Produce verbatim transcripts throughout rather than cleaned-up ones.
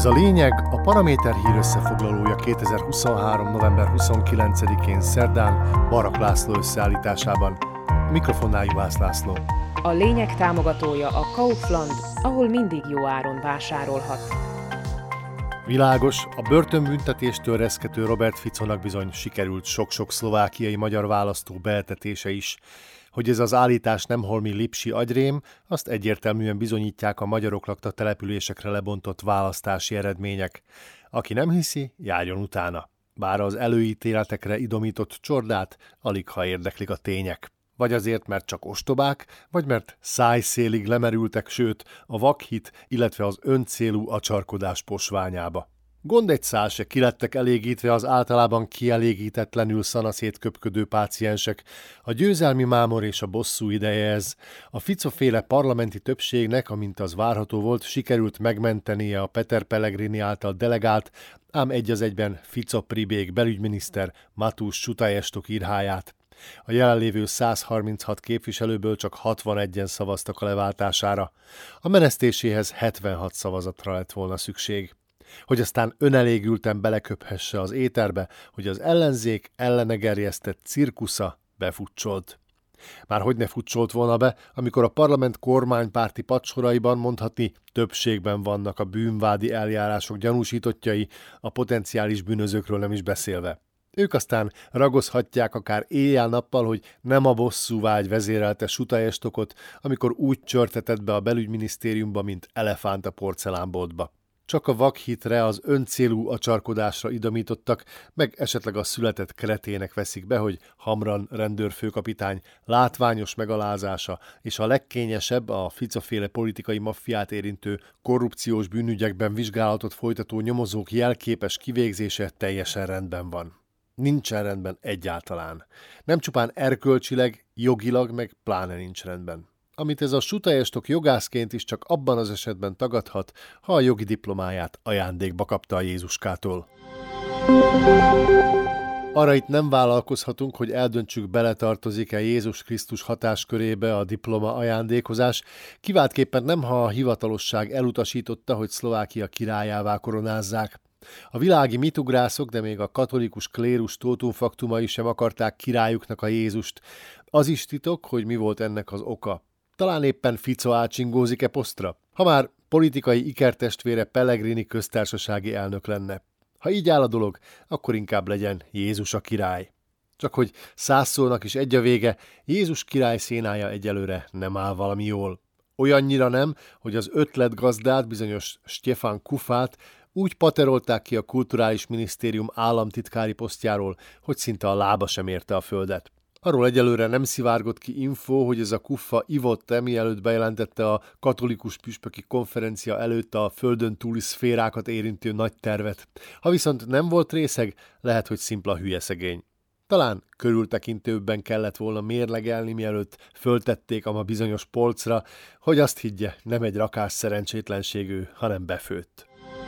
Ez a lényeg, a Paraméter hír összefoglalója kétezer-huszonhárom. november huszonkilencedikén szerdán Barak László összeállításában. A mikrofonnál Juhász László. A lényeg támogatója a Kaufland, ahol mindig jó áron vásárolhat. Világos, a börtönbüntetéstől reszkető Robert Ficónak bizony sikerült sok-sok szlovákiai magyar választó beeltetése is. Hogy ez az állítás nem holmi lipsi agyrém, azt egyértelműen bizonyítják a magyarok lakta településekre lebontott választási eredmények. Aki nem hiszi, járjon utána. Bár az előítéletekre idomított csordát aligha érdeklik a tények. Vagy azért, mert csak ostobák, vagy mert szájszélig lemerültek, sőt, a vakhit, illetve az öncélú acsarkodás posványába. Gond egy szál se kilettek elégítve az általában kielégítetlenül szanaszét köpködő páciensek. A győzelmi mámor és a bosszú ideje ez. A Ficó-féle parlamenti többségnek, amint az várható volt, sikerült megmentenie a Peter Pellegrini által delegált, ám egy az egyben Ficó-pribék belügyminiszter Mateusz Sutajestok írháját. A jelenlévő száz harminchat képviselőből csak hatvanegyen szavaztak a leváltására. A menesztéséhez hetvenhat szavazatra lett volna szükség. Hogy aztán önelégülten beleköphesse az éterbe, hogy az ellenzék ellene gerjesztett cirkusza befutcsolt. Már hogy ne futcsolt volna be, amikor a parlament kormánypárti padsoraiban mondhatni többségben vannak a bűnvádi eljárások gyanúsítottjai, a potenciális bűnözőkről nem is beszélve. Ők aztán ragozhatják akár éjjel-nappal, hogy nem a bosszúvágy vezérelte Sutajesstokot, amikor úgy csörtetett be a belügyminisztériumba, mint elefánt a porcelánboltba. Csak a vakhitre, az öncélú acsarkodásra idomítottak, meg esetleg a született kretének veszik be, hogy Hamran rendőrfőkapitány látványos megalázása és a legkényesebb, a Ficó-féle politikai maffiát érintő korrupciós bűnügyekben vizsgálatot folytató nyomozók jelképes kivégzése teljesen rendben van. Nincsen rendben egyáltalán. Nem csupán erkölcsileg, jogilag, meg pláne nincs rendben. Amit ez a Sutajestok jogászként is csak abban az esetben tagadhat, ha a jogi diplomáját ajándékba kapta a Jézuskától. Arra itt nem vállalkozhatunk, hogy eldöntsük, beletartozik-e Jézus Krisztus hatáskörébe a diploma ajándékozás, kiváltképpen nem, ha a hivatalosság elutasította, hogy Szlovákia királyává koronázzák. A világi mitugrászok, de még a katolikus klérus tótumfaktumai sem akarták királyuknak a Jézust. Az is titok, hogy mi volt ennek az oka. Talán éppen Ficó átsingózik-e posztra? Ha már politikai ikertestvére Pellegrini köztársasági elnök lenne. Ha így áll a dolog, akkor inkább legyen Jézus a király. Csak hogy száz szónak is egy a vége, Jézus király szénája egyelőre nem áll valami jól. Olyannyira nem, hogy az ötletgazdát, bizonyos Stefan Kufát úgy paterolták ki a kulturális minisztérium államtitkári posztjáról, hogy szinte a lába sem érte a földet. Arról egyelőre nem szivárgott ki info, hogy ez a Kuffa ivott-e, mielőtt bejelentette a katolikus püspöki konferencia előtt a földön túli szférákat érintő nagy tervet. Ha viszont nem volt részeg, lehet, hogy szimpla hülye szegény. Talán körültekintőbben kellett volna mérlegelni, mielőtt föltették a ma bizonyos polcra, hogy azt higgye, nem egy rakás szerencsétlenségű, hanem befőtt.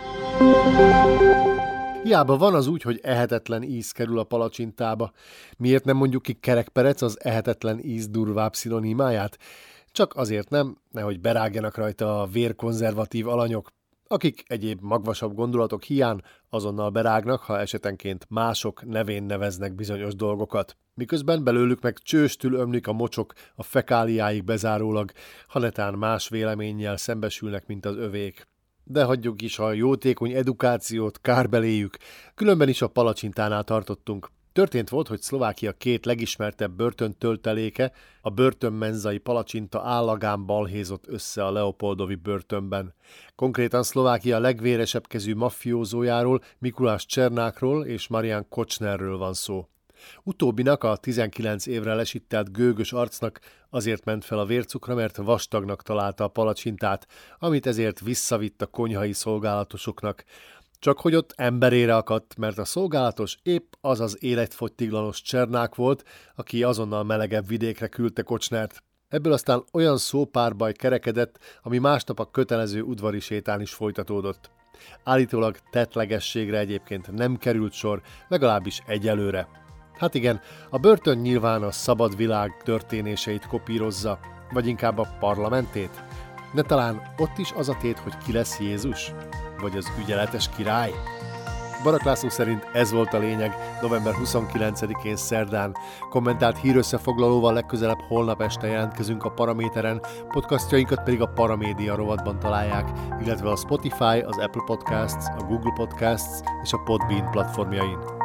Hiába van az úgy, hogy ehetetlen íz kerül a palacsintába. Miért nem mondjuk ki kerekperec az ehetetlen íz durvább szinonimáját? Csak azért nem, nehogy berágjanak rajta a vérkonzervatív alanyok, akik egyéb magvasabb gondolatok hiány azonnal berágnak, ha esetenként mások nevén neveznek bizonyos dolgokat. Miközben belőlük meg csőstül ömlik a mocsok a fekáliáig bezárólag, ha netán más véleménnyel szembesülnek, mint az övék. De hagyjuk is a jótékony edukációt, kárbeléjük, különben is a palacsintánál tartottunk. Történt volt, hogy Szlovákia két legismertebb börtöntölteléke, a börtönmenzai palacsinta állagán balhézott össze a Leopoldovi börtönben. Konkrétan Szlovákia legvéresebb kezű maffiózójáról, Mikulás Csernákról és Marian Kocsnerről van szó. Utóbbinak, a tizenkilenc évre lesittált gőgös arcnak azért ment fel a vércukra, mert vastagnak találta a palacsintát, amit ezért visszavitt a konyhai szolgálatosoknak. Csak hogy ott emberére akadt, mert a szolgálatos épp az az életfogytiglanos Csernák volt, aki azonnal melegebb vidékre küldte Kocznert. Ebből aztán olyan szópárbaj kerekedett, ami másnap a kötelező udvari sétán is folytatódott. Állítólag tettlegességre egyébként nem került sor, legalábbis egyelőre. Hát igen, a börtön nyilván a szabad világ történéseit kopírozza, vagy inkább a parlamentét. De talán ott is az a tét, hogy ki lesz Jézus? Vagy az ügyeletes király? Barak László szerint ez volt a lényeg november huszonkilencedikén szerdán. Kommentált hírösszefoglalóval legközelebb holnap este jelentkezünk a Paraméteren, podcastjainkat pedig a Paramédia rovatban találják, illetve a Spotify, az Apple Podcasts, a Google Podcasts és a Podbean platformjain.